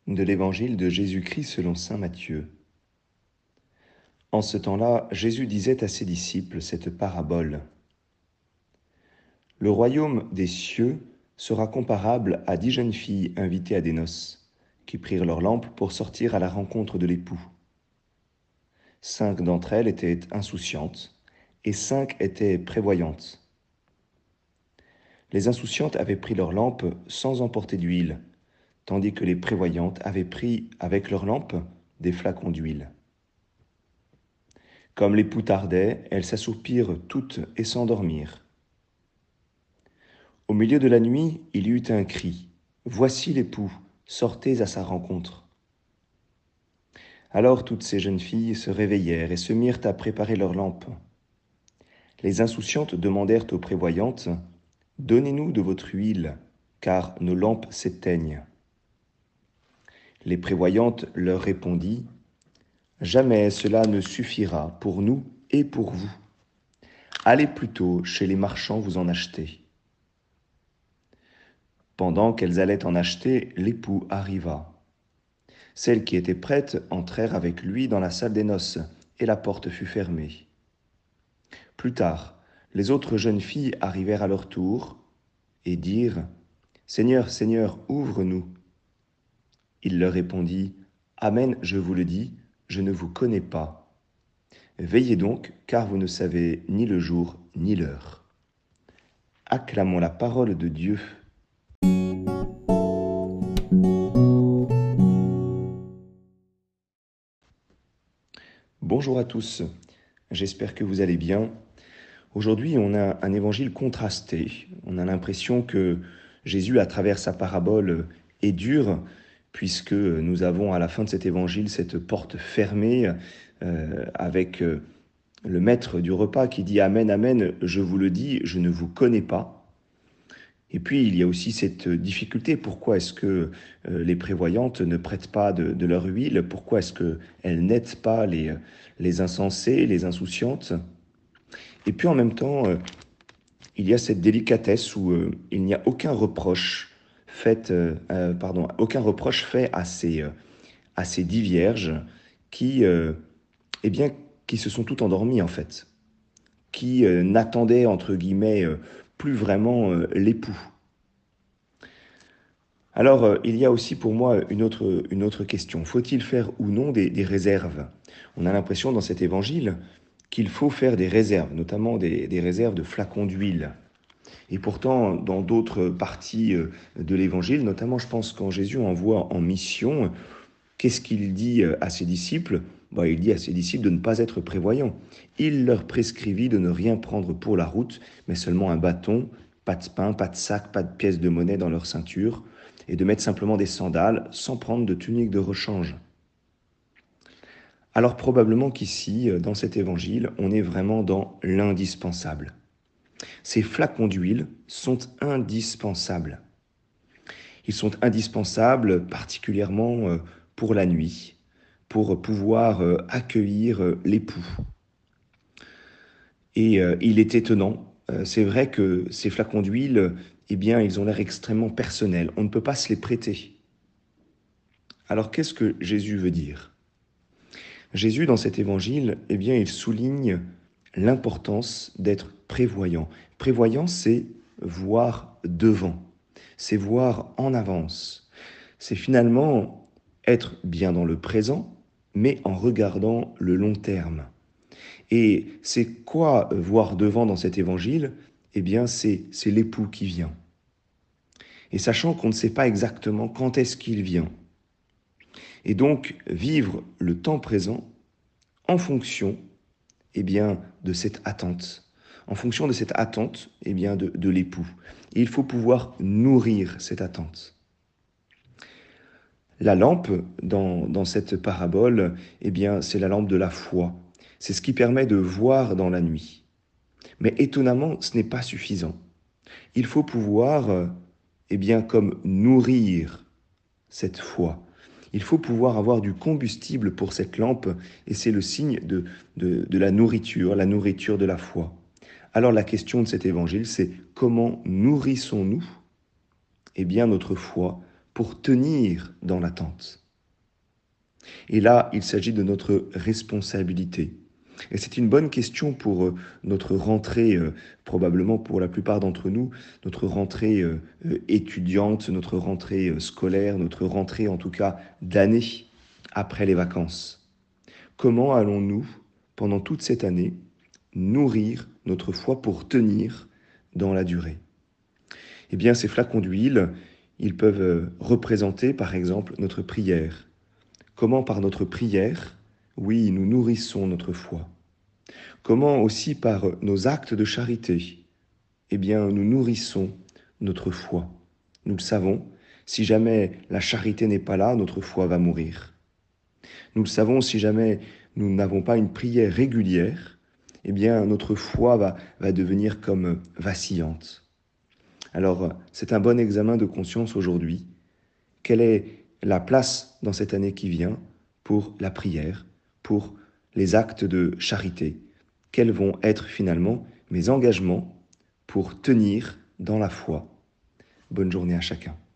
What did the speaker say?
De l'Évangile de Jésus-Christ selon saint Matthieu. En ce temps-là, Jésus disait à ses disciples cette parabole. Le royaume des cieux sera comparable à 10 jeunes filles invitées à des noces, qui prirent leurs lampes pour sortir à la rencontre de l'époux. 5 d'entre elles étaient insouciantes, et 5 étaient prévoyantes. Les insouciantes avaient pris leurs lampes sans emporter d'huile, tandis que les prévoyantes avaient pris avec leurs lampes des flacons d'huile. Comme l'époux tardait, elles s'assoupirent toutes et s'endormirent. Au milieu de la nuit, il y eut un cri. « Voici l'époux, sortez à sa rencontre. » Alors toutes ces jeunes filles se réveillèrent et se mirent à préparer leurs lampes. Les insouciantes demandèrent aux prévoyantes, « Donnez-nous de votre huile, car nos lampes s'éteignent. » Les prévoyantes leur répondit, « Jamais cela ne suffira pour nous et pour vous. Allez plutôt chez les marchands vous en acheter. » Pendant qu'elles allaient en acheter, l'époux arriva. Celles qui étaient prêtes entrèrent avec lui dans la salle des noces, et la porte fut fermée. Plus tard, les autres jeunes filles arrivèrent à leur tour, et dirent, « Seigneur, Seigneur, ouvre-nous. » Il leur répondit, « Amen, je vous le dis, je ne vous connais pas. Veillez donc, car vous ne savez ni le jour ni l'heure. » Acclamons la parole de Dieu. Bonjour à tous, j'espère que vous allez bien. Aujourd'hui, on a un évangile contrasté. On a l'impression que Jésus, à travers sa parabole, est dur, puisque nous avons à la fin de cet évangile cette porte fermée avec le maître du repas qui dit « Amen, Amen, je vous le dis, je ne vous connais pas ». Et puis, il y a aussi cette difficulté. Pourquoi est-ce que les prévoyantes ne prêtent pas de leur huile? Pourquoi est-ce qu'elles n'aident pas les insensées, les insouciantes? Et puis, en même temps, il y a cette délicatesse où il n'y a aucun reproche fait à ces 10 vierges qui, qui se sont toutes endormies, en fait, qui n'attendaient, entre guillemets, plus vraiment l'époux. Alors, il y a aussi pour moi une autre question. Faut-il faire ou non des réserves? On a l'impression dans cet évangile qu'il faut faire des réserves, notamment des réserves de flacons d'huile. Et pourtant, dans d'autres parties de l'évangile, notamment je pense quand Jésus envoie en mission, qu'est-ce qu'il dit à ses disciples? Il dit à ses disciples de ne pas être prévoyants. Il leur prescrivit de ne rien prendre pour la route, mais seulement un bâton, pas de pain, pas de sac, pas de pièces de monnaie dans leur ceinture, et de mettre simplement des sandales sans prendre de tunique de rechange. Alors probablement qu'ici, dans cet évangile, on est vraiment dans l'indispensable. Ces flacons d'huile sont indispensables. Ils sont indispensables particulièrement pour la nuit, pour pouvoir accueillir l'époux. Et il est étonnant, c'est vrai que ces flacons d'huile, ils ont l'air extrêmement personnels. On ne peut pas se les prêter. Alors qu'est-ce que Jésus veut dire? Jésus, dans cet évangile, il souligne l'importance d'être prévoyant. Prévoyant, c'est voir devant, c'est voir en avance. C'est finalement être bien dans le présent, mais en regardant le long terme. Et c'est quoi voir devant dans cet évangile? C'est l'époux qui vient. Et sachant qu'on ne sait pas exactement quand est-ce qu'il vient. Et donc, vivre le temps présent en fonction de cette attente. En fonction de cette attente de l'époux. Et il faut pouvoir nourrir cette attente. La lampe, dans cette parabole, c'est la lampe de la foi. C'est ce qui permet de voir dans la nuit. Mais étonnamment, ce n'est pas suffisant. Il faut pouvoir, comme nourrir cette foi. Il faut pouvoir avoir du combustible pour cette lampe, et c'est le signe de la nourriture de la foi. Alors la question de cet évangile, c'est comment nourrissons-nous notre foi pour tenir dans l'attente. Et là, il s'agit de notre responsabilité. Et c'est une bonne question pour notre rentrée, probablement pour la plupart d'entre nous, notre rentrée étudiante, notre rentrée scolaire, notre rentrée en tout cas d'année après les vacances. Comment allons-nous, pendant toute cette année, nourrir notre foi pour tenir dans la durée? Eh bien, ces flacons d'huile, ils peuvent représenter, par exemple, notre prière. Comment, par notre prière, oui, nous nourrissons notre foi. Comment aussi, par nos actes de charité, eh bien, nous nourrissons notre foi. Nous le savons, si jamais la charité n'est pas là, notre foi va mourir. Nous le savons, si jamais nous n'avons pas une prière régulière, eh bien, notre foi va devenir comme vacillante. Alors, c'est un bon examen de conscience aujourd'hui. Quelle est la place dans cette année qui vient pour la prière, pour les actes de charité? Quels vont être finalement mes engagements pour tenir dans la foi? Bonne journée à chacun.